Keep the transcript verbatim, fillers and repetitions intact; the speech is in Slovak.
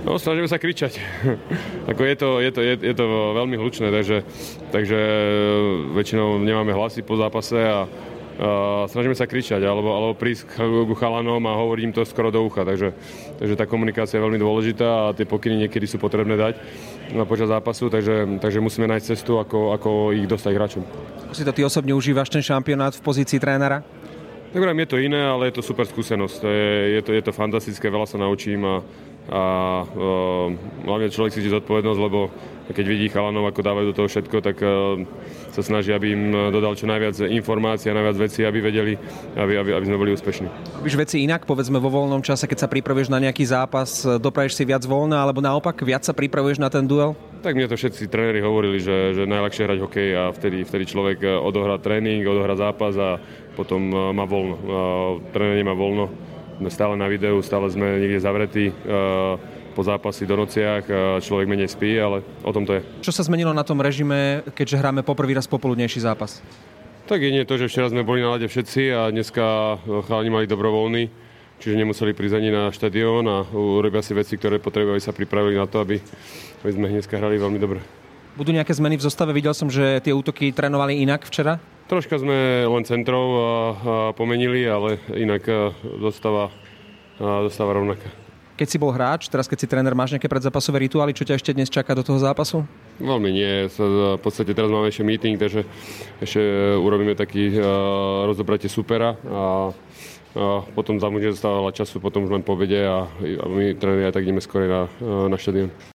No, snažíme sa kričať. Ako je, to, je, to, je, je to veľmi hlučné, takže, takže väčšinou nemáme hlasy po zápase a, a snažíme sa kričať alebo, alebo prísť k chalanom a hovoriť im to skoro do ucha. Takže, takže tá komunikácia je veľmi dôležitá a tie pokyny niekedy sú potrebné dať počas zápasu, takže, takže musíme nájsť cestu, ako, ako ich dostať hráčom. Ako si to ty osobne užívaš ten šampionát v pozícii trénera? Tak je to iné, ale je to super skúsenosť. To je, je, to, je to fantastické, veľa sa naučím a, a uh, hlavne človek cíti zodpovednosť, lebo keď vidí chalanov, ako dávajú do toho všetko, tak uh, sa snaží, aby im dodal čo najviac informácií a najviac vecí, aby vedeli, aby, aby, aby sme boli úspešní. Robíš veci inak, povedzme vo voľnom čase, keď sa pripravuješ na nejaký zápas, dopravíš si viac voľna, alebo naopak viac sa pripravuješ na ten duel? Tak mne to všetci tréneri hovorili, že, že najľahšie hrať hokej a vtedy, vtedy človek odohrá tréning, odohrá zápas a potom má voľno. Tréner nemá voľno, sme stále na videu, stále sme niekde zavretí po zápasy do nociach, človek menej spí, ale o tom to je. Čo sa zmenilo na tom režime, keďže hráme poprvý raz popoludnejší zápas? Tak jedine to, že včera sme boli na lade všetci a dneska chalani mali dobrovoľný, čiže nemuseli prísť ani na štadión a urobia si veci, ktoré potrebujú, aby sa pripravili na to, aby, aby sme dneska hrali veľmi dobre. Budú nejaké zmeny v zostave? Videl som, že tie útoky trénovali inak včera? Troška sme len centrov a, a pomenili, ale inak zostava, zostava rovnaká. Keď si bol hráč, teraz keď si tréner, máš nejaké predzápasové rituály, čo ťa ešte dnes čaká do toho zápasu? Veľmi nie. V podstate teraz máme ešte meeting, takže ešte urobíme taký rozobratie supera a a potom za mňa zostávala času, potom už len po obede a, a my tréneri aj tak ideme skôr na, na štadión.